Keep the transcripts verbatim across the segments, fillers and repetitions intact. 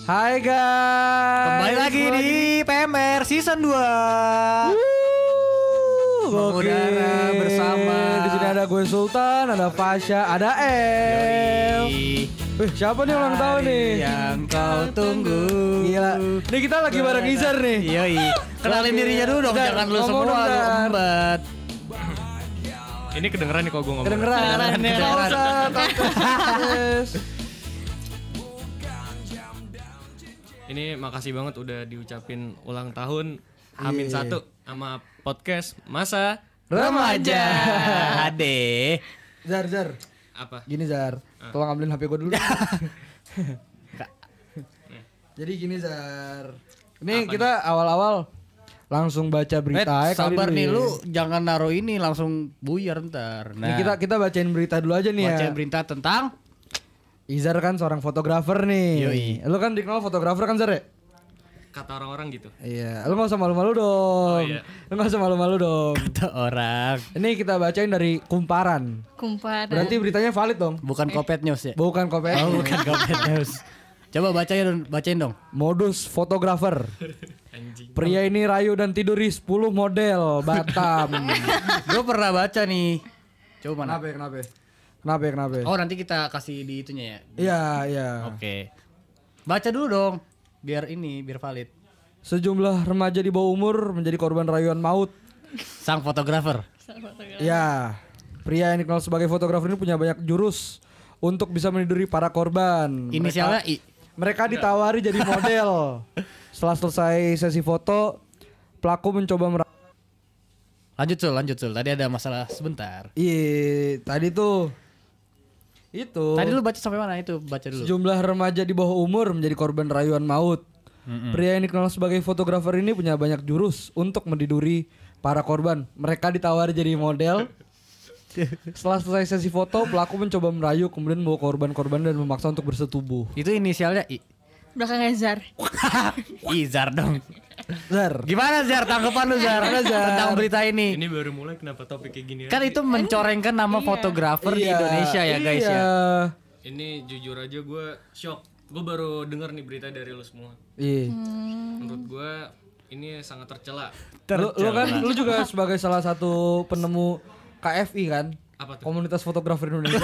Hai guys. Kembali lagi di P M R Season dua. Mengudara bersama. Di sini ada gue Sultan, ada Fasya, ada El. Eh, siapa nih ulang tahun nih? Yang kau tunggu. Gila. Nih kita lagi bareng Izar nih. Yoi. Kenalin Lagi. dirinya dulu dong, Zar, jangan lu ngomong semua dong, lu Zar. embat. Ini kedengeran nih kalau gue ngomong. Kedengeran. Kedengeran, Nggak kedengeran. usah tes. Ini makasih banget udah diucapin ulang tahun Amin Iya. satu sama podcast Masa Remaja. Ade. Zar, Zar. apa? Gini Zar, tolong ambilin H P gue dulu. Jadi gini Zar. Ini Apa kita awal-awal langsung baca berita Eh, ya kali sabar dulu nih ya. lu, jangan naruh ini langsung buyar ntar. Nih kita kita bacain berita dulu aja nih ya. bacain berita tentang Izar kan seorang fotografer nih. Yoi. Lu kan dikenal fotografer kan Zar ya? Kata orang-orang gitu. Iya, lu gak usah malu-malu dong. Oh, iya. Lu gak usah malu-malu dong. kata orang. Ini kita bacain dari Kumparan. Kumparan. Berarti beritanya valid dong. Bukan Kopet News ya? Bukan kopet. Oh, bukan Kopet News. Coba bacain dong, bacain dong. Modus fotografer. Anjing. Pria ini rayu dan tiduri sepuluh model Batam. Gue pernah baca nih. Coba mana? Kenapa ya, kenapa ya? Kenapa ya, kenapa ya? Oh, nanti kita kasih di itunya ya. Iya, iya. Oke. Baca dulu dong. Biar ini, biar valid. Sejumlah remaja di bawah umur menjadi korban rayuan maut. Sang fotografer. Ya, pria yang dikenal sebagai fotografer ini punya banyak jurus untuk bisa meniduri para korban. Inisialnya Mereka- I. Mereka ditawari jadi model. Setelah selesai sesi foto, pelaku mencoba mer- Lanjut Sul, lanjut Sul. Tadi ada masalah sebentar. Iya, tadi tuh itu. Tadi lu baca sampai mana itu? Baca dulu. Sejumlah remaja di bawah umur menjadi korban rayuan maut. Pria yang dikenal sebagai fotografer ini punya banyak jurus untuk meniduri para korban. Mereka ditawari jadi model. Setelah selesai sesi foto, pelaku mencoba merayu kemudian membawa korban-korban dan memaksa untuk bersetubuh. Itu inisialnya I. Belakangnya Zar. Izar dong. Zar. Gimana Zar tanggapan lu Zar? Tentang berita ini. Ini baru mulai kenapa topik kayak gini? Kan aja? itu mencorengkan nama fotografer di Iya, Indonesia ya guys iya. ya. Ini jujur aja gue shock. Gue baru denger nih berita dari lu semua. Iya. Menurut gue ini sangat tercela. Lu, lu kan lu juga sebagai salah satu penemu K F I kan? Apa tuh? Komunitas Fotografer Indonesia.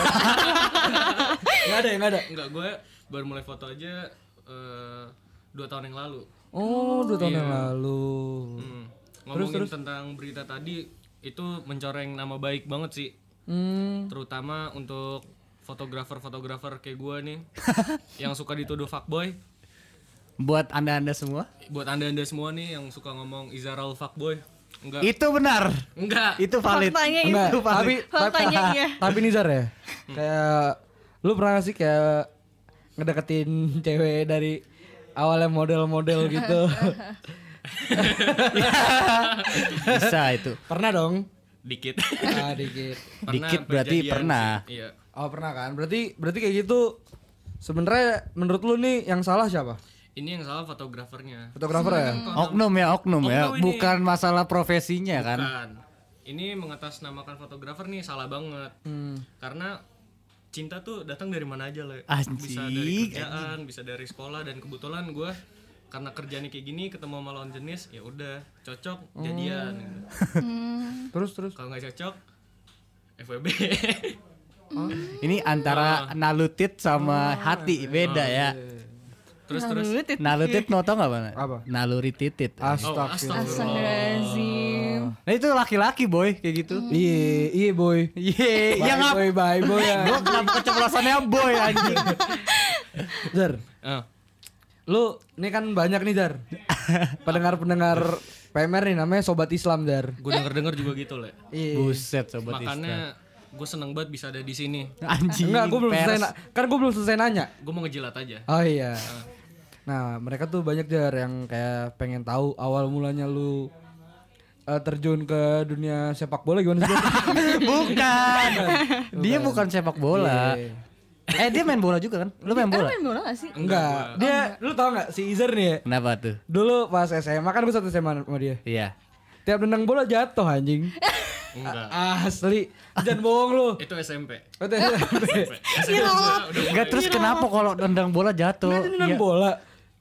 Enggak ada, enggak ada. Enggak, gue baru mulai foto aja eh, dua tahun yang lalu. Oh, dua tahun Iya. yang lalu. Hmm. Ngomongin tentang berita tadi itu mencoreng nama baik banget sih. Hmm. Terutama untuk fotografer-fotografer kayak gue nih yang suka dituduh fuckboy. Buat anda-anda semua. Buat anda-anda semua nih yang suka ngomong Izaral fuckboy. Enggak. Itu benar. Enggak. Itu valid. Faktanya itu. Enggak, tapi Faktanya iya. tapi nih Zar ya. Kayak lu pernah gak sih kayak ngedeketin cewek dari awalnya model-model gitu? Bisa itu. Pernah dong? Dikit. Ah, dikit. Pernah Dikit berarti perjanjian pernah. sih. Iya. Oh, pernah kan? Berarti berarti kayak gitu. Sebenarnya menurut lu nih yang salah siapa? Ini yang salah fotografernya. Fotografer ya? Oknum ya, oknum ya. Oknum ini. Bukan masalah profesinya kan. Bukan. Ini mengatasnamakan fotografer nih salah banget. Hmm. Karena cinta tuh datang dari mana aja lah. Anjing, Bisa dari kerjaan, bisa dari sekolah, dan kebetulan gue karena kerjanya kayak gini ketemu sama lawan jenis, ya udah cocok jadian. Gitu. Terus terus. Kalau nggak cocok, F W B. Ini antara nalutit sama hati beda ya. terus terus. Nalutit mau tau gak mana? Apa? Naluri titit. Oh, Astagfirullah. Astagfirullahaladzim. Nah itu laki-laki boy kayak gitu. Iya, iya boy. Iya, Bye iya ngap. boy, bye boy ya. Gua kenapa keceplosannya boy anjing. Zar, Oh. lu ini kan banyak nih Zar. Pendengar-pendengar P M R nih namanya Sobat Islam Zar. Gue denger-denger juga gitu lah. Iya. Buset sobat Islam. Makanya gue seneng banget bisa ada di sini. Anjing. Enggak, gue belum pers. selesai na- kan gue belum selesai nanya. Gue mau ngejilat aja. Oh iya. Nah, mereka tuh banyak Jar yang kayak pengen tahu awal mulanya lu eh, terjun ke dunia sepak bola gimana sih? Bukan. Dia bukan sepak bola. Iya. Eh dia main bola juga kan? Lu main bola? Main bola gak sih? Enggak. Dia lu tau enggak si Izar nih ya? Kenapa tuh? Dulu pas S M A kan gue satu S M A sama dia. Iya. Tiap nendang bola jatuh anjing. Enggak. Asli. Jangan bohong lu. Itu S M P. Oh, itu S M P. S M P gua udah Enggak terus kenapa kalau nendang bola jatuh? Nendang Iya. bola.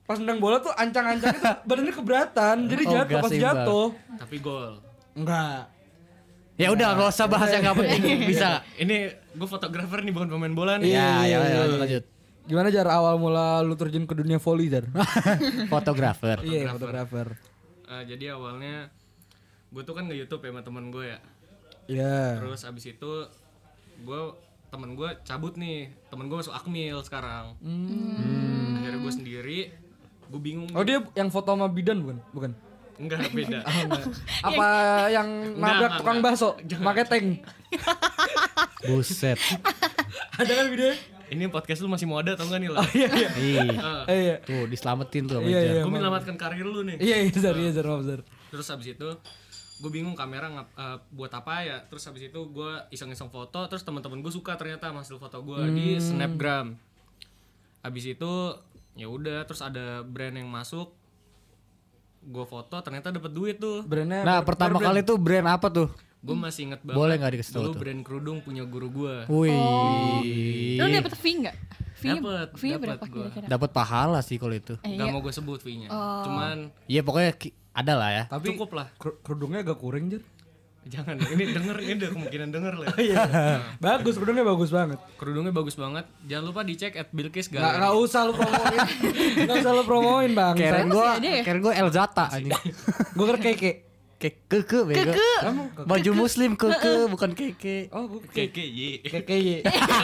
pas nendang bola tuh ancang-ancang itu badannya keberatan, jadi Oh, jatuh gas pas imbang. jatuh. Tapi gol. Enggak. Ya udah enggak usah bahas yang enggak penting. Bisa. Ini gue fotografer nih, bukan pemain bola nih. Iya, Ya, ya, iya, ya, iya. lanjut, lanjut. Gimana Jar awal mula lu terjun ke dunia volley Jar? Fotografer. Iya, fotografer. Eh, jadi awalnya gue tuh kan nge-YouTube ya sama temen gue ya. Iya. Terus abis itu gue temen gue cabut nih, temen gue masuk Akmil sekarang. Hmm. Akhirnya gue sendiri, gue bingung. Oh dia yang foto sama bidan bukan? Bukan. Enggak, beda. Apa yang nabrak enggak, tukang enggak. bakso pakai tank? Buset. Ada kan videonya? Ini podcast lu masih mau ada atau enggak nih lah? Iya iya. Iya. Eh, iya. Tuh diselamatin tuh sama Iya, Jar. iya. Gue menyelamatkan karir lu nih. Iya iya Zar, iya Zar, maaf Zar. Terus abis itu gue bingung kamera ngap, eh, buat apa ya. Terus abis itu gue iseng-iseng foto. Terus teman-teman gue suka ternyata sama hasil foto gue di Snapgram. Abis itu ya udah, terus ada brand yang masuk. Gue foto ternyata dapat duit tuh. Brandnya Nah, pertama kali tuh brand apa tuh? Gue masih inget banget. Boleh nggak dikasih tahu dulu tuh? brand kerudung punya guru gue. Wih. Lu dapet fee nggak? Fee, Dapet, fee dapet berapa gua. kira-kira? Dapat pahala sih kalau itu. Eh, Gak iya. mau gue sebut fee-nya. Oh. Cuman Iya pokoknya ki- ada lah ya. tapi cukup lah. ker- kerudungnya agak kurang Jar. Jangan, ini denger, ini ada kemungkinan denger lah. Iya. Bagus, kerudungnya bagus banget. Kerudungnya bagus banget. Jangan lupa dicek at Bilkis Enggak Gallery. enggak usah lu promoin. Enggak usah lu promoin, Bang. Keren Masih gua, ada ya? keren gua Elzata anjing. Gua kira keke. Kayak keke bego. Emang keke? Baju muslim keke bukan keke. Oh, gua Oke, keke. oke, ye. Keke ye.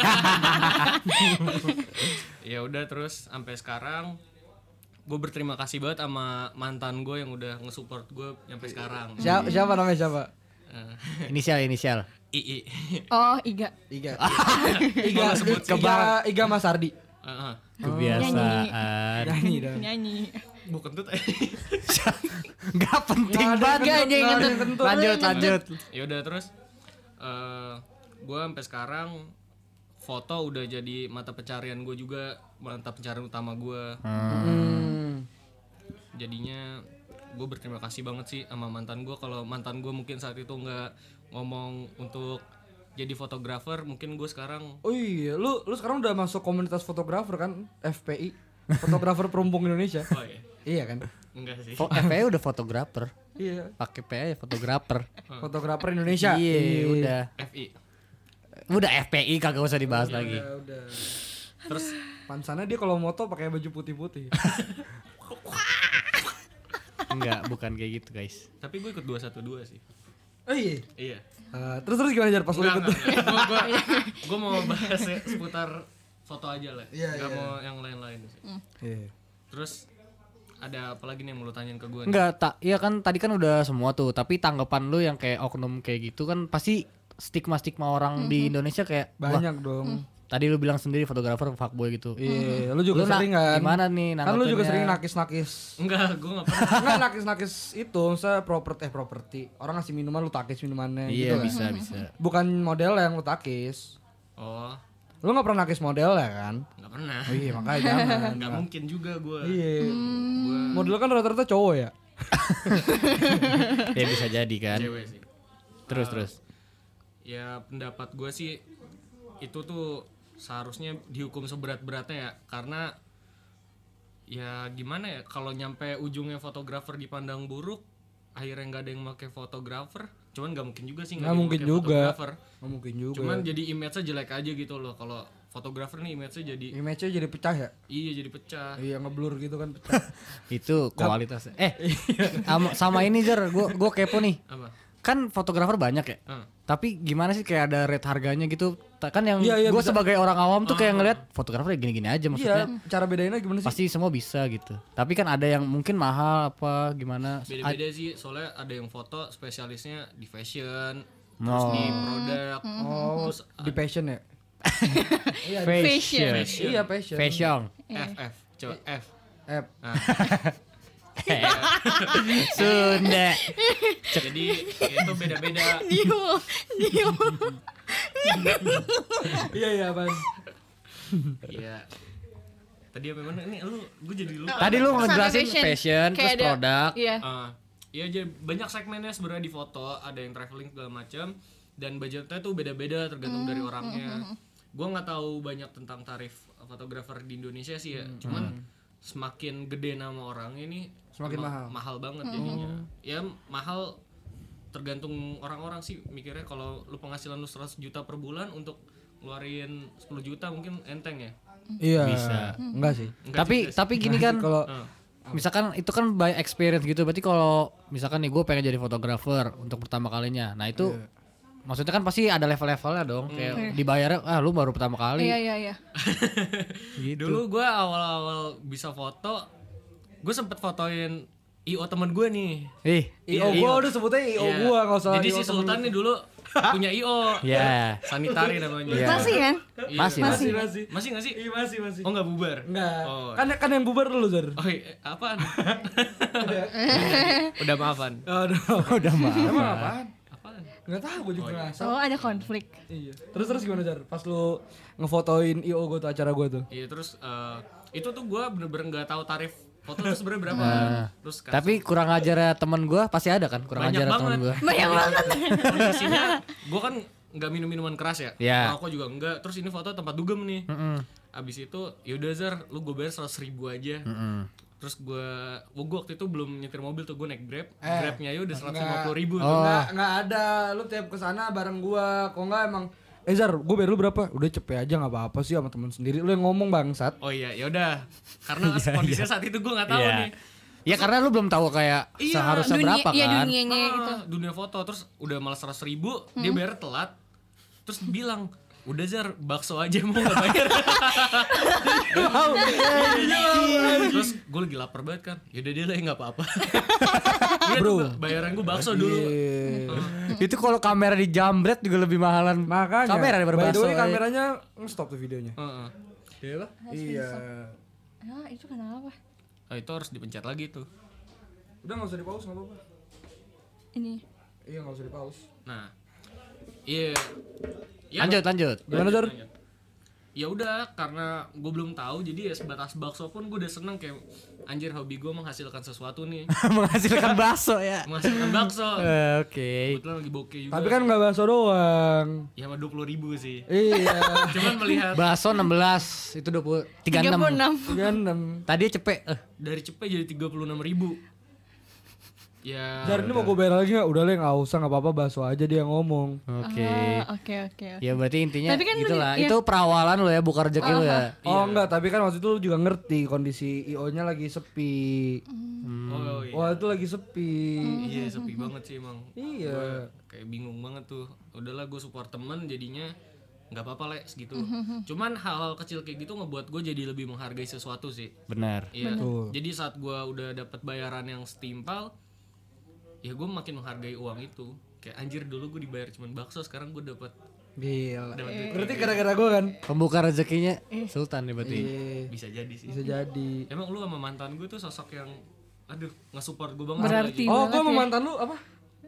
Ya udah, terus sampai sekarang gue berterima kasih banget sama mantan gue yang udah nge-support gue sampai sekarang. Siapa siapa namanya siapa? Eh, Inisial inisial. I I. Oh, Iga. Iga. Iga sebut Iga Iga Mas Ardi. Heeh. Kebiasaan. Nyanyi dong. Nyanyi. Bukan tuh. Gak penting Nggak ada banget. yang kentut, Nggak nggak ada yang kentut. Lanjut lanjut. Ya udah, terus eh gue sampai sekarang foto udah jadi mata pencarian gue juga, mata pencarian utama gue. Hmm. Jadinya gue berterima kasih banget sih sama mantan gue. Kalau mantan gue mungkin saat itu nggak ngomong untuk jadi fotografer, mungkin gue sekarang Oh iya, lu lu sekarang udah masuk komunitas fotografer kan? F P I. Fotografer Perumpung Indonesia. oh iya Iya kan? enggak sih. Fo- F P I udah fotografer. Iya. Pakai P aja fotografer. Fotografer Indonesia. Iya, udah. F I. Udah F P I kagak usah dibahas lagi. Udah, udah. Terus pansannya dia kalau moto pakai baju putih-putih. Enggak, bukan kayak gitu, guys. Tapi gue ikut dua satu dua sih. Oh iya. Iya. Eh, terus terus gimana Jar pas lu Enggak, ikut? enggak, enggak. Gua, gua, gua mau bahas ya seputar foto aja lah. Iya, Enggak iya. mau yang lain-lain sih. Iya. Terus ada apa lagi nih yang mau lu tanyain ke gue? Enggak, tak. Iya kan tadi kan udah semua tuh, tapi tanggapan lu yang kayak oknum kayak gitu kan pasti stigma-stigma orang di Indonesia kayak wah, Banyak dong. tadi lu bilang sendiri fotografer fuckboy gitu. Iya, lu juga Lu na- sering kan? gimana nih Kan lu juga nanggepinnya? sering nakis-nakis. Enggak, gue enggak pernah. Enggak nakis-nakis itu, misalnya properti eh properti. Orang ngasih minuman lu takis minumannya Iya, gitu kan. bisa bisa. Bukan model yang lu takis. Oh, Lu gak pernah nakis model ya kan? enggak pernah. Oh iya, makanya jangan. Enggak mungkin juga gue. Iya. Model kan rata-rata cowok ya? Ya bisa jadi kan. Cewek sih. Terus terus. Ya pendapat gue sih itu tuh seharusnya dihukum seberat-beratnya ya, karena ya gimana ya, kalau nyampe ujungnya fotografer dipandang buruk, akhirnya nggak ada yang pakai fotografer. Cuman nggak mungkin juga sih Nggak ada yang mungkin pakai juga. fotografer. Nggak mungkin juga. Cuman jadi image-nya jelek aja gitu loh. Kalau fotografer nih image-nya jadi image-nya jadi pecah ya? iya jadi pecah. Iya ngeblur gitu kan pecah. Itu kualitasnya. Eh, sama, sama ini Jar, gua gua kepo nih. Apa? Kan fotografer banyak ya. Ah. Tapi gimana sih kayak ada rate harganya gitu? Ta- Kan yang Iya, iya, gue bisa. sebagai orang awam tuh kayak ngeliat fotografer ya gini-gini aja maksudnya. Iya, cara bedainnya gimana sih? Pasti semua bisa gitu. Tapi kan ada yang mungkin mahal apa gimana. Beda-beda sih, soalnya ada yang foto spesialisnya di fashion, terus Oh. di produk, Oh, terus di passion ya? Iya, di- Fashion. fashion. iya passion. Fashion. F F, coba F. F. Nah, Sunda. jadi itu beda-beda. Diem. Diem. Iya iya apaan? Iya. Tadi apa mana? Ini lu gue jadi lupa. Tadi lu Sampai ngejelasin fashion. fashion, terus Kayak ada- produk. Iya. Ah, iya, jadi banyak segmennya sebenarnya di foto, ada yang traveling segala macam, dan budgetnya tuh beda-beda tergantung dari orangnya. Gua nggak tahu banyak tentang tarif fotografer di Indonesia sih ya, cuman semakin gede nama orang ini Semakin emang mahal. mahal banget jadinya. Ya mahal tergantung orang-orang sih mikirnya. Kalau lu penghasilan lu seratus juta per bulan untuk ngeluarin sepuluh juta mungkin enteng ya. Iya. Bisa. Enggak sih. Enggak Tapi juga sih. tapi gini kan, Kalau Heeh. misalkan itu kan by experience gitu. Berarti kalau misalkan nih gue pengen jadi fotografer untuk pertama kalinya. Nah itu maksudnya kan pasti ada level-levelnya dong. Kayak dibayarnya ah lu baru pertama kali. Iya iya iya. Gitu. Dulu gue awal-awal bisa foto, gue sempet fotoin I O temen gue nih. Ih. I O gua udah sebutnya I O Iya. gua enggak usah Jadi I O si temen Sultan lu. nih dulu punya I O. Ya. Sanitari namanya. Iya. Masih kan? Iya. Masih, Masih masih. Masih gak sih? Iya masih masih. Oh, enggak bubar. Enggak. Oh. Kan kan yang bubar dulu, Zar. Oh, iya. Apaan? Udah maafan. Aduh. Udah maaf. Emang apaan? Apaan? Enggak tahu gua juga ngasal. Oh ada konflik. Iya. Terus terus gimana, Zar? Pas lu ngefotoin I O gua tuh acara gua tuh. Iya, terus eh, itu tuh gue bener-bener nggak tahu tarif foto tuh sebenarnya berapa. Terus kan Tapi kurang ajar temen gue pasti ada kan kurang Banyak ajar temen banget. gue. Banyak banget. kondisinya gue kan nggak minum minuman keras ya. Iya. Rokok juga enggak. Terus ini foto tempat dugem nih. Abis itu yaudah Zar, lu gue bayar seratus ribu aja. Terus gue, gue waktu itu belum nyetir mobil tuh, gue naik grab. Eh, Grabnya ya udah seratus lima enggak. puluh ribu. Oh. Tuh. Enggak, enggak ada. Lu tiap kesana bareng gua. Kok enggak emang Eh Zar, gua bayar lu berapa? Udah cepet aja enggak apa-apa sih sama teman sendiri. Lu yang ngomong bangsat. Oh iya, yaudah. Karena kondisinya saat itu gue nggak tahu Iya. nih. Ya karena lu belum tahu kayak Iya, seharusnya Dunia, berapa iya kan. dunianya Ah, itu. dunia foto. Terus udah malah seratus ribu, dia bayar telat. Terus bilang, udah Zar, bakso aja mau nggak bayar. Terus gue lagi lapar banget kan, yaudah dia lah nggak apa-apa. Bro, bayaran gue bakso dulu. Iya. Itu kalau kamera di jambret juga lebih mahalan. Makanya. Kamera daripada By the bakso. way, eh. kameranya nge-stop tuh videonya. Heeh. Iya. Ah itu kenapa? Oh, itu harus dipencet lagi tuh. Udah enggak usah di-pause, enggak apa-apa. Ini. Iya, enggak usah di-pause. Nah, iya. Ya, Lanjut lanjut. Gimana, Zar? lanjut. Ya udah, karena gue belum tahu, jadi ya sebatas bakso pun gue udah seneng kayak anjir hobi gue menghasilkan sesuatu nih, Menghasilkan bakso ya. menghasilkan bakso. Eh, Oke. Kebetulan lagi bokeh juga. Tapi kan enggak bakso doang. Ya sama dua puluh ribu sih. Iya. Cuman melihat Bakso enam belas itu dua puluh tiga tiga puluh puluh enam. enam. tiga puluh enam. Tadi cepet. Eh. dari cepet jadi tiga puluh enam ribu. Ya. Zar ini mau gue bayar lagi enggak? Udah lah enggak usah, enggak apa-apa, bakso aja dia yang ngomong. Oke. Ah, Oke oke. oke. Ya berarti intinya Tapi kan gitu lu- lah. iya. Itu perawalan lo ya, bukan rezeki lo ya. Oh enggak, tapi kan waktu itu lu juga ngerti kondisi I O-nya lagi sepi. Oh iya. Wah, itu lagi sepi. Iya sepi banget sih emang. Iya. Gua kayak bingung banget tuh. Udahlah gue support temen jadinya nggak apa-apa lah segitu. Cuman hal-hal kecil kayak gitu ngebuat gue jadi lebih menghargai sesuatu sih. Benar. Iya. Betul. Jadi saat gue udah dapat bayaran yang setimpal, ya gue makin menghargai uang itu. Kayak anjir dulu gue dibayar cuman bakso, sekarang gue dapat Gila. dapat duit. Berarti gara-gara gue kan. Pembuka rezekinya Sultan nih berarti. Iya. Bisa jadi sih. Bisa jadi. Emang lu sama mantan gue tuh sosok yang aduh nge-support gue banget. Berarti lagi. Oh, banget gue sama ya. mantan lu apa?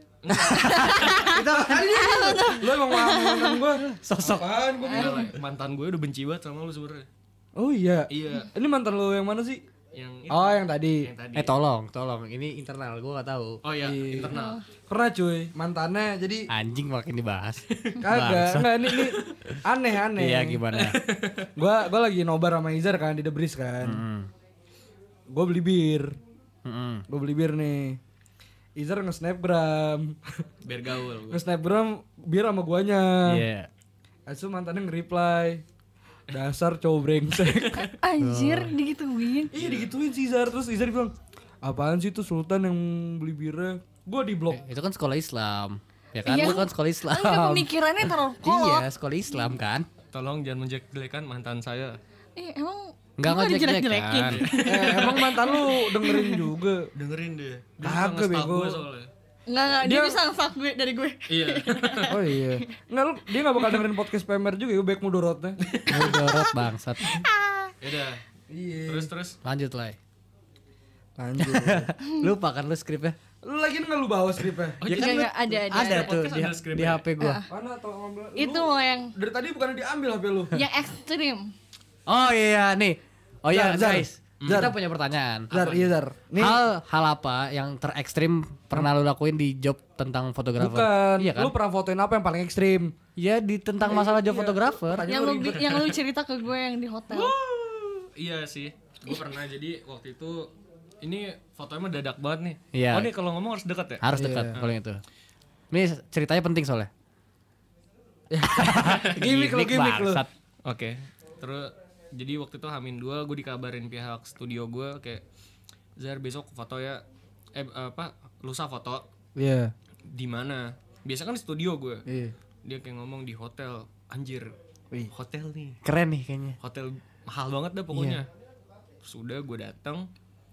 Itu lu emang sama mantan gue. Sosok. Apaan gue bilang? Mantan gue udah benci banget sama lu sebenarnya. Oh iya. Iya, Ini mantan lu yang mana sih? yang itu, Oh, yang tadi. yang tadi. Eh tolong, tolong. Ini internal, gua gak tahu. Oh iya, internal. Pernah cuy, mantannya jadi Anjing makin dibahas. kagak. Enggak, ini ini aneh-aneh. Iya gimana? Gua gua lagi nobar sama Izar kan di The Breeze kan. Hmm. Gua beli bir. Mm-mm. Gua beli bir nih. Izar nge-snapgram. Biar gaul gue. Nge-snapgram bir sama guanya. Iya. Asu mantannya nge-reply. Dasar cowok brengsek. Anjir Oh. digituin. Iya digituin si Izar. Terus Izar bilang, apaan sih tuh Sultan yang beli birnya? Gua di blok. Itu kan sekolah Islam. Ya kan, Iya. lu kan sekolah Islam. Enggak pemikirannya terlalu kolot. Iya, sekolah Islam kan. Tolong jangan menjelek-jelekan mantan saya. Eh, emang Enggak gua ngejelek-jelekin. eh, emang mantan lu dengerin juga. Dengerin deh. Dia Kagak, suka nge-stalk bego. gue soalnya. enggak enggak dia, Dia- bisa nge-fuck gue dari gue. Iya. Oh iya. Enggak lu dia enggak bakal dengerin podcast P M R juga ya baik mudorotnya. Mudorot bangsat. Yaudah. Iya. Terus terus. Lanjut lah. Lanjut. Lupa kan lu skripnya? Lu lagi enggak lu bawa skripnya? Oh, Ya jadi kan Enggak lu- enggak ada ada. Ada Setiap tuh podcast di, ada skripnya. di H P gua. Mana tau ngambil? Lu Itu loh yang dari tadi bukannya diambil H P lu? yang ekstrim. Oh iya nih. Oh iya Zar, Zar. guys. Zar. Kita punya pertanyaan. Zar, iya Zar. Nih Hal hal apa yang terekstrim pernah lu lakuin di job tentang fotografer? bukan. Iya kan? Lu pernah fotoin apa yang paling ekstrim? Ya di tentang masalah job Iya. fotografer. Tanya Yang lu lu ribet. yang lu cerita ke gue yang di hotel. Iya sih. Gue pernah jadi waktu itu ini fotonya mah dadak banget nih. Iya. Oh nih kalau ngomong harus dekat ya? Harus dekat kalau itu. Ini ceritanya penting soalnya. Gimik lo, gimik lo. bangsat. Oke. Terus jadi waktu itu Hamin dua gue dikabarin pihak studio gue kayak Zar besok foto ya. Eh apa? Lusa foto. Iya. Di mana? Biasa kan di studio gue. Iya. Dia kayak ngomong di hotel. Anjir. Wih. Hotel nih. Keren nih kayaknya. Hotel mahal banget dah pokoknya. Terus udah gue datang.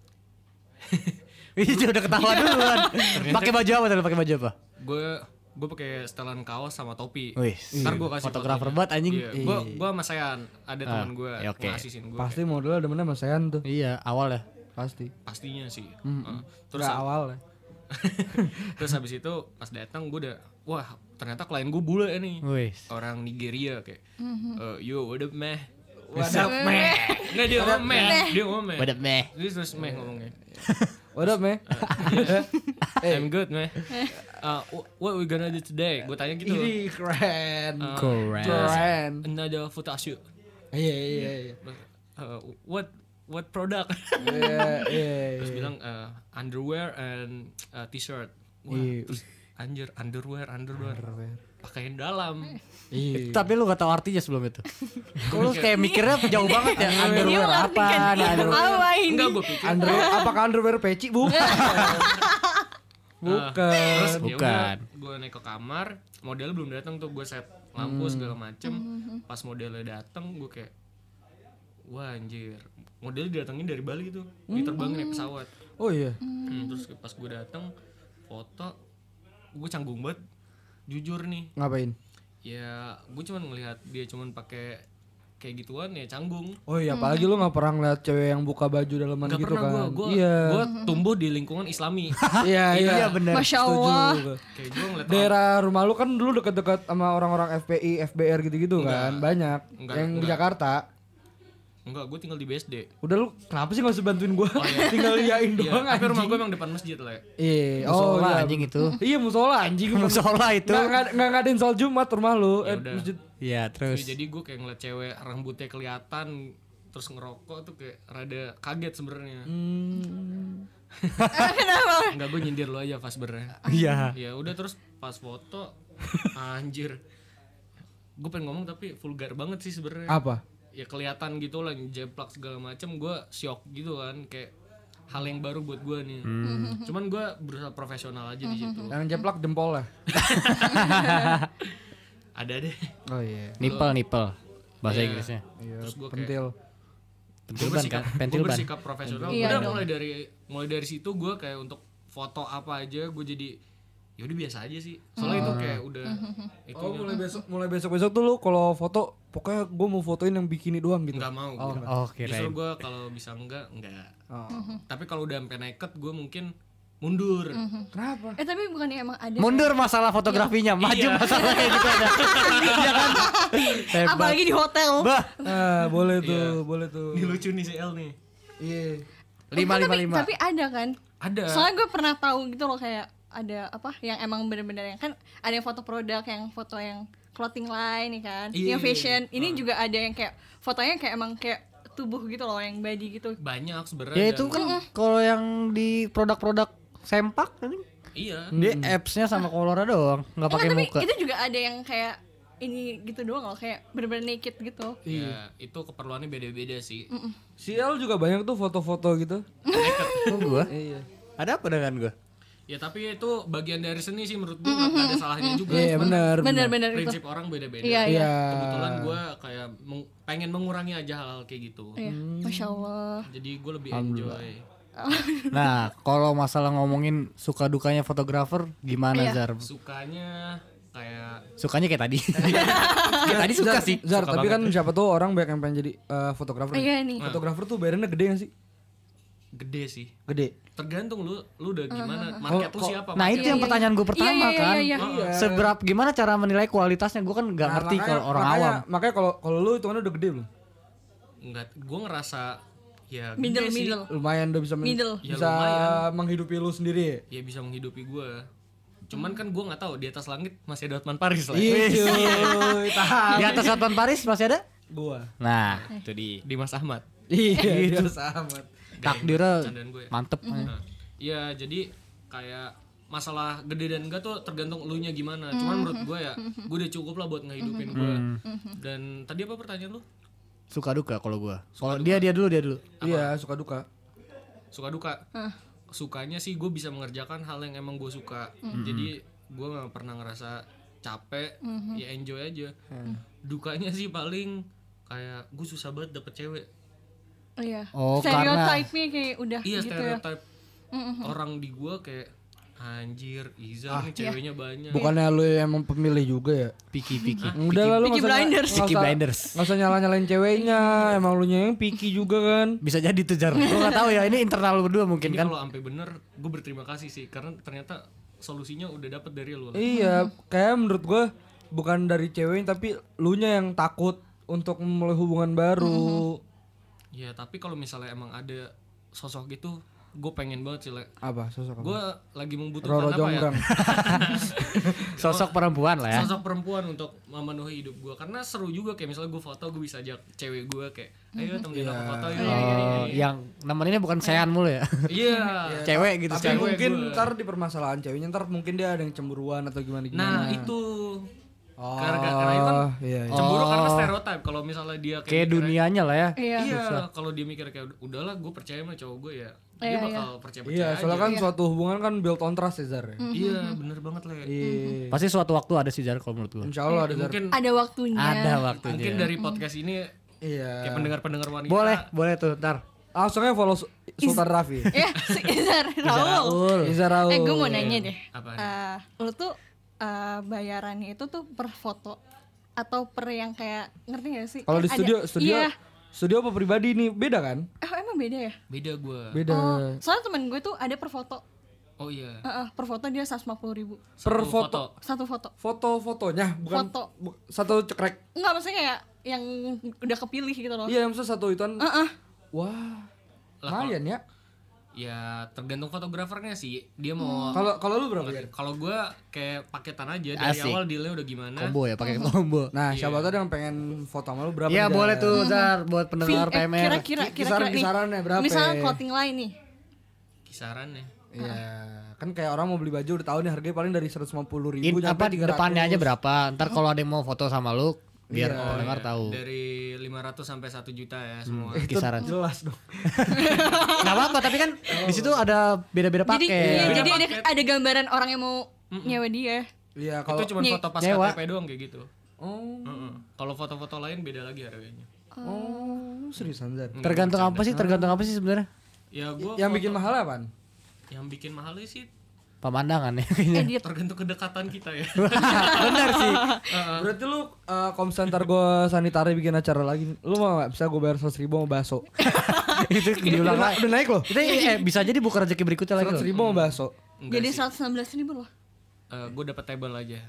Ih, udah ketawa duluan. Pakai baju apa tadi? Pakai baju apa? Gue gue pakai setelan kaos sama topi. Wih, Ntar gue kasih fotografer fotonya. banget anjing. Iya, gue gue sama Sayan, ada Ah, teman gue ya oke. ngasihin gue. Pasti modelnya demennya sama Sayan tuh. Iya, awal ya. Pasti. Pastinya sih. Hmm. Uh, terus Terus awal ya. terus habis itu pas datang gue udah wah ternyata klien gue bule nih. Wih. Orang Nigeria kayak eh, yo what up meh. What up, meh? Nggak dia ngomong meh, dia ngomong meh. What up, meh? Dia terus meh ngomongnya. What up, meh? I'm good meh. Uh, wh- what we gonna do today? Gue tanya gitu. Ini keren. Uh, Keren. Keren. Another photo shoot. Iya, iya, iya. Uh, what what product? Iya, iya. Terus bilang uh, underwear and uh, t-shirt. Wah, Iya. terus anjir underwear, underwear. Pakaian dalam. Iya. Tapi lu gak tahu artinya sebelum itu. Kok lu kayak mikirnya jauh banget ya. Underwear apa? Nah, underwear. Apa ini? Enggak gue pikir. Underwear, apakah underwear peci? Bukan. Bukan. Terus Bukan. gue naik ke kamar, model belum datang tuh, gue set lampu segala macem. Pas modelnya datang, gue kayak, wah anjir, modelnya didatengin dari Bali tuh, diterbangin naik pesawat. Oh iya. Hmm, terus pas gue datang, foto, gue canggung banget, jujur nih. Ngapain? Ya, gue cuman ngelihat dia cuman pakai kayak gituan ya canggung. Oh iya, apalagi lu gak pernah ngeliat cewek yang buka baju dalaman Gak gitu pernah kan. gue, gue Iya. gue tumbuh di lingkungan Islami. Iya, iya. bener. Masya Setuju Allah. gua. Kayak gue ngeliat Daerah rumah lu kan dulu deket-deket sama orang-orang F P I, F B R gitu-gitu kan. Banyak. Enggak, yang di enggak. Jakarta. enggak, gue tinggal di B S D. Udah lu kenapa sih gak usah bantuin gua? Tinggal Iya, liain doang tapi rumah anjing. gue emang depan masjid lah ya. Iya, oh Musola iya. anjing itu. Iya musola anjing. Musola itu. Nggak, nggak, nggak ngadain sholat Jumat rumah lu. Ya Eh, udah. masjid. Iya, terus. Jadi gue kayak ngeliat cewek rambutnya kelihatan terus ngerokok tuh kayak rada kaget sebenarnya. Hmm. Enggak, gue nyindir lo aja pas sebenarnya. Iya. Ya udah terus pas foto anjir. Gue pengen ngomong tapi vulgar banget sih sebenarnya. Apa? Ya kelihatan gitu lah jeplak segala macem, gue shock gitu kan kayak hal yang baru buat gue nih. Cuman gue berusaha profesional aja di situ. Yang jeplak jempol lah. Ada deh. Oh iya. Nipel, nipel. Bahasa Iya. Inggrisnya. Iya, Terus gua kayak- pentil. Gue Pentil ban bersikap, kan? gue Pentil ban. bersikap profesional. Iya Udah dong. mulai dari mulai dari situ gue kayak untuk foto apa aja gue jadi ya udah biasa aja sih. Soalnya itu kayak udah itu Oh, mulai besok mulai besok-besok tuh lu kalau foto pokoknya gue mau fotoin yang bikini doang gitu. nggak mau. Oh, gua. Oh, Justru kirain. gue kalau bisa enggak enggak. Oh. Tapi kalau udah sampai naked gue mungkin mundur. Kenapa? Eh tapi bukannya emang ada. Mundur masalah fotografinya, maju Iya. masalah kayak gitu ada. Iya kan? Hebat. Apalagi di hotel. Bah, Ah, boleh tuh, Iya. boleh tuh. Ini lucu nih si El nih. Iya. lima Eh, lima tapi, lima. Tapi ada kan? Ada. Soalnya gue pernah tahu gitu loh kayak ada apa yang emang bener-bener yang kan ada yang foto produk, yang foto yang clothing line nih kan, Iya. yang fashion. Ini juga ada yang kayak fotonya kayak emang kayak tubuh gitu loh, yang body gitu. Banyak sebenarnya. Ya dan- itu kan kalau yang di produk-produk sempak ini Iya. dia apps-nya sama kolornya doang, nggak pakai Enggak, muka. tapi itu juga ada yang kayak ini gitu doang loh, kayak bener-bener naked gitu. Ya, itu keperluannya beda-beda sih. Si El juga banyak tuh foto-foto gitu. Oh, gua. Iya. Ada apa dengan gua? Ya tapi itu bagian dari seni sih menurut gue, nggak ada salahnya juga. Iya, Cuman benar. Bener-bener itu. prinsip orang beda-beda. Iya, iya. Iya. Kebetulan gue kayak meng- pengen mengurangi aja hal-hal kayak gitu. Iya, Masya Allah. Jadi gue lebih enjoy. Nah, kalau masalah ngomongin suka dukanya fotografer gimana Iya. Zar? Sukanya kayak Sukanya kayak tadi. Kayak tadi suka Zar, sih. Zar, Suka tapi banget. kan siapa tuh orang banyak yang pengen jadi eh, fotografer. Iya nih. Fotografer tuh bayarannya gede gak sih? gede sih. Gede. Tergantung lu lu udah gimana, market lu kok- siapa. Nah, market itu yang Iya, pertanyaan gue pertama iya, iya, kan. iya, iya. Seberapa gimana cara menilai kualitasnya? Gue kan nggak Nah, ngerti makanya- kalau orang makanya, awam. Makanya kalau kalau lu hitungannya udah gede belum? Enggak, gue ngerasa ya gede Middle sih. middle. Lumayan udah bisa men- Middle. Ya, bisa lumayan. menghidupi lu sendiri. Ya bisa menghidupi gue. Cuman kan gue nggak tahu di atas langit masih ada Hotman Paris lah. Iya cuy, tahan. Di atas Hotman Paris masih ada? Gua. Nah, itu di Di Mas Ahmad. Iya, biasa amat. Takdirnya Candaan gue ya. mantep. Nah, iya jadi kayak masalah gede dan enggak tuh tergantung elunya gimana. Cuman menurut gue ya, gue udah cukup lah buat ngehidupin gue. Dan tadi apa pertanyaan lu? Suka duka kalau gua. Kalau dia dia dulu dia dulu. Iya, suka duka. Suka duka. Sukanya sih gue bisa mengerjakan hal yang emang gue suka. Jadi gue nggak pernah ngerasa capek, ya enjoy aja. Dukanya sih paling kayak gue susah banget dapet cewek. Iya. Oh, karena- Stereotype-nya kayak udah Iya gitu ya. stereotype orang di gue kayak anjir Iza nih iya. ceweknya banyak. Bukannya lu emang pemilih juga ya? Piki piki. Udah lah lu Peaky nggak usah- Blinders. nggak Peaky usah- Blinders. nggak usah nyala-nyalain ceweknya, emang lu nya yang picky juga kan. Bisa jadi tuh Jar. Gua enggak tahu ya, ini internal lu berdua mungkin Ini kan. kalau sampai bener gue berterima kasih sih karena ternyata solusinya udah dapet dari lu. Iya, kayak menurut gua bukan dari ceweknya tapi lu nya yang takut untuk memulai hubungan baru. Ya tapi kalau misalnya emang ada sosok gitu, gue pengen banget sih Le. Apa sosok apa? Gue lagi membutuhkan Roro apa Jonggrang. ya? Sosok perempuan lah ya. Sosok perempuan untuk memenuhi hidup gue karena seru juga kayak misalnya gue foto gue bisa ajak cewek gue kayak ayo temenin aku foto yuk. Oh, yang nemeninnya bukan sean mulu ya. Iya. Cewek gitu Tapi cewek. mungkin gua. ntar di permasalahan ceweknya ntar mungkin dia ada yang cemburuan atau gimana gimana. Nah itu Oh, karena karena itu kan iya, iya. cemburu karena stereotip kalau misalnya dia kayak, Kayak mikirnya- dunianya lah ya. Iya. Iya, kalau dia mikir kayak udahlah gue percaya sama cowok gue ya. Dia Iya, bakal percaya-percaya Iya, aja. soalnya kan suatu hubungan kan build on trust ya Zar. ya? Iya, bener banget Le. Iya. Pasti suatu waktu ada sih Jar kalau menurut gua. Insya Allah ada Zar. Mungkin Ada waktunya. Ada waktunya. mungkin dari podcast ini Iya. kayak pendengar-pendengar wanita. Boleh, boleh tuh ntar. Langsung aja follow Su- Sultan Rafi. Ya, si Izar Raul. Iza Raul. Eh, gue mau nanya deh. Apaan? Eh, lu tuh eh, bayarannya itu tuh per foto atau per yang kayak ngerti gak sih? Kalau di Kayak studio, ada- studio, Iya. studio apa pribadi nih beda kan? Eh, emang beda ya? Beda gue. Beda. Oh, soalnya temen gue tuh ada per foto. Oh iya. Eh, eh, per foto dia seratus lima puluh ribu. Per Satu foto. Satu foto. Foto-fotonya bukan Foto. bu- satu cekrek. Enggak, maksudnya kayak yang udah kepilih gitu loh. Iya, maksudnya satu ituan. Heeh. Wah. Lah, Lumayan ya. Ya tergantung fotografernya sih. Dia mau Kalau kalau lu berapa ya? kalau gue kayak paketan aja dari Asik. awal dealnya udah gimana. Combo ya, pakai combo. Nah, siapa tahu ada yang pengen foto sama lu berapa? Iya, Jar? boleh tuh Jar buat pendengar Vi- P eh, M R. Kira-kira Ki- kira-kira nih. kisaran-kisarannya berapa? Misalnya clothing line nih. Kisarannya. Iya. Kan kayak orang mau beli baju udah tahu nih harganya paling dari seratus lima puluh ribu In, sampai apa tiga ratus. depannya aja berapa? Ntar kalau ada yang mau foto sama lu biar Iya. pendengar tahu. Dari lima ratus sampai satu juta ya semua. Itu kisaran. jelas dong. Enggak apa-apa, tapi kan di situ ada beda-beda Jadi paket. iya, Beda jadi ada, paket. ada gambaran orang yang mau nyewa dia. Iya, kalau Itu cuma Nye- foto pas nyewa. K T P doang kayak gitu. Oh, Heeh. Kalau foto-foto lain beda lagi harganya. oh, seriusan Zar. Tergantung apa sih? Tergantung apa sih sebenarnya? Ya gua Yang foto- bikin mahal apaan? yang bikin mahalnya sih Pemandangan ya kayaknya. Edit. tergantung kedekatan kita ya. Benar sih. Berarti lu uh, kalau misalnya ntar gue sanitari bikin acara lagi, lu mau gak bisa gue bayar seratus ribu mau bakso? Itu diulang Udah, lagi. udah naik loh. Itu eh, bisa jadi buka rezeki berikutnya lagi Seratus loh. ribu mau bakso. Enggak Jadi sih. seratus enam belas ribu loh. gue dapet table aja.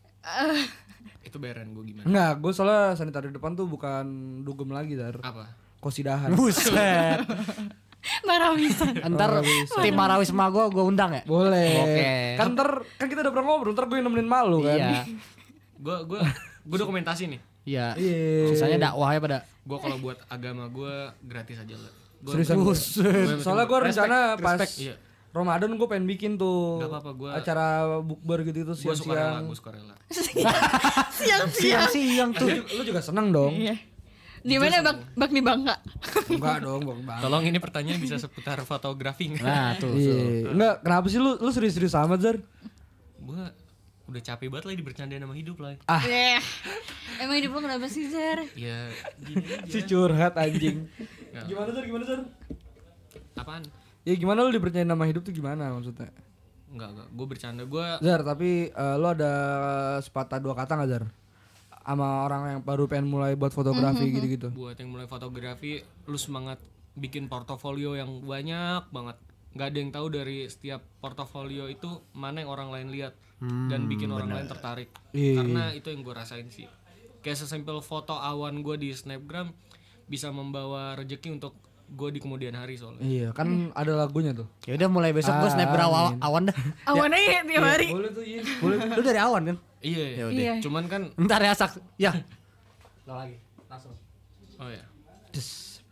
Itu bayaran gue gimana? Enggak, gue soalnya sanitari depan tuh bukan dugem lagi Dar. Apa? Kosidahan. Buset. Marah bisa. Ntar tim Marawi sama gue gue undang ya. Boleh. Oke. Kan ntar kan kita udah pernah ngobrol, ntar gue yang nemenin malu kan. Iya. Gue gue gue dokumentasi nih. Iya. Iya. Sisanya dakwah ya pada. Gue kalau buat agama gue gratis aja lah. Gua, Seriusan. Gua- Soalnya gue rencana pas Iya. Ramadan gue pengen bikin tuh Nggak apa-apa, gua- acara bukber gitu tuh Gue suka rela, siang-siang. gue suka rela. Siang-siang. Siang tuh. Lu, lu juga seneng dong? Iya. Di mana bak bakmi bangka? Enggak dong, bang. bang. Tolong ini pertanyaan bisa seputar fotografi nggak? Nah tuh. Iya. Enggak, kenapa sih lu lu serius-serius amat, Zar? Gue udah capek banget lagi dibercandain sama hidup lah. Ah. Eh, Emang hidup lo kenapa sih, Zar? Ya gini aja. Si curhat anjing. Ya. Gimana, Zar? Gimana, Zar? Apaan? Ya gimana lu dipercayain nama hidup tuh gimana maksudnya? Enggak, enggak. Gue bercanda. Gue Zar, tapi eh, lu ada sepatah dua kata gak, Zar? Sama orang yang baru pengen mulai buat fotografi gitu-gitu. buat yang mulai fotografi, lu semangat bikin portofolio yang banyak banget. Nggak ada yang tahu dari setiap portofolio itu mana yang orang lain lihat dan bikin orang lain tertarik. Iya. Karena itu yang gue rasain sih. Kayak sesimpel foto awan gue di Snapgram bisa membawa rezeki untuk gue di kemudian hari soalnya. Iya, kan ada lagunya tuh. Ya udah mulai besok gue snapgram awan, awan dah. Awan aja tiap hari. Boleh tuh, iya. Boleh. Lu dari awan kan? Iya. Ya udah. Iya. Cuman kan Ntar ya sak. Ya. Ulang lagi. Langsung. oh ya. Des.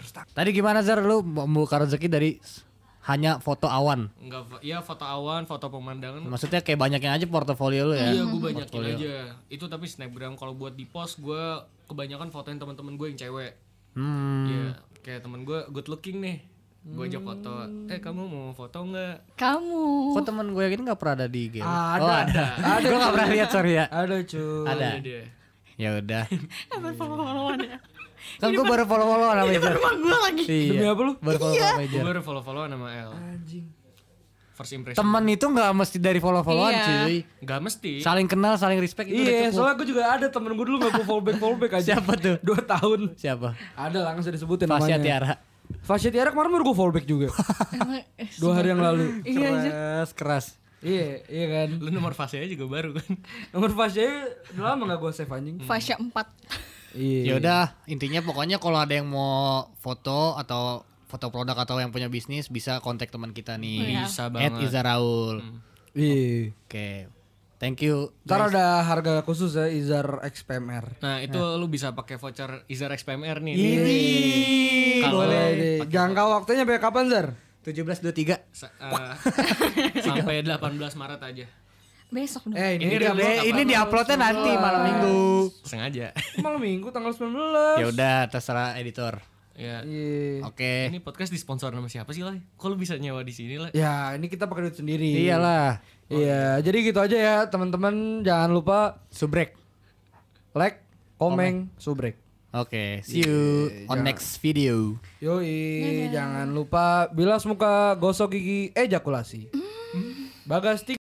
Tadi gimana Zar lu membuka rezeki dari hanya foto awan? Enggak, iya foto awan, foto pemandangan. Maksudnya kayak banyakin aja portofolio lu ya. Iya, gue banyakin aja. Itu tapi snapgram kalau buat di post gue kebanyakan fotoin teman-teman gue yang cewek. Hmm. Iya, kayak temen gue good looking nih. Gue ajak foto. Eh, kamu mau foto nggak? Kamu. Kok temen gue ini nggak pernah ada di I G? Ada. Oh ada. Ada, Gue nggak pernah lihat sorry ya. Ada cuy. Ada. Iya dia. Ya udah. Apa follow-followan ya? Kan gue baru follow-follow sama Major. Rumah gue lagi. Iya. Demi apa lu? Baru follow sama Major. Gue baru follow-followan sama L. Anjing. First impression. Temen itu nggak mesti dari follow-followan Iya. cuy. Gak mesti. Saling kenal, saling respect itu udah Iya, cukup. soalnya gue juga ada temen gue dulu gak gue fallback fallback aja. Siapa tuh? Dua tahun. Siapa? Ada langsung disebutin Fasya namanya. Tiara. Fasya Tiara kemarin baru gue fallback juga. Emang, eh, Dua hari yang lalu. Iya aja. Keras, keras. Iya, iya kan. Lu nomor fasenya juga baru kan. Nomor Fasya udah lama gak gue save anjing. Fasya empat. Iya. Ya udah, intinya pokoknya kalau ada yang mau foto atau foto produk atau yang punya bisnis bisa kontak teman kita nih. Iya. Bisa At banget. Iza Raul. Iya. Oke. Thank you. Ntar ada harga khusus ya Izar X P M R. Nah, itu lu bisa pakai voucher Izar X P M R nih. Ih, Kalau Boleh deh. Jangka waktunya sampai kapan Zar? tujuh belas dua puluh tiga. sa- eh, sampai delapan belas Maret aja. Besok dong. Eh Ini ini, udah di upload Ini diuploadnya nanti malam minggu. Sengaja. malam minggu tanggal sembilan belas. Ya udah, terserah editor. Ya. Iya. Oke. Ini podcast disponsor sama siapa sih lah? Kok lu bisa nyewa di sini lah? Ya ini kita pakai duit sendiri. Iyalah. Iya, jadi gitu aja ya teman-teman. Jangan lupa Subrek. like, komen, subrek. Oke, see you on jangan- next video. Yoi, jangan lupa bilas muka, gosok gigi, ejakulasi. Bagas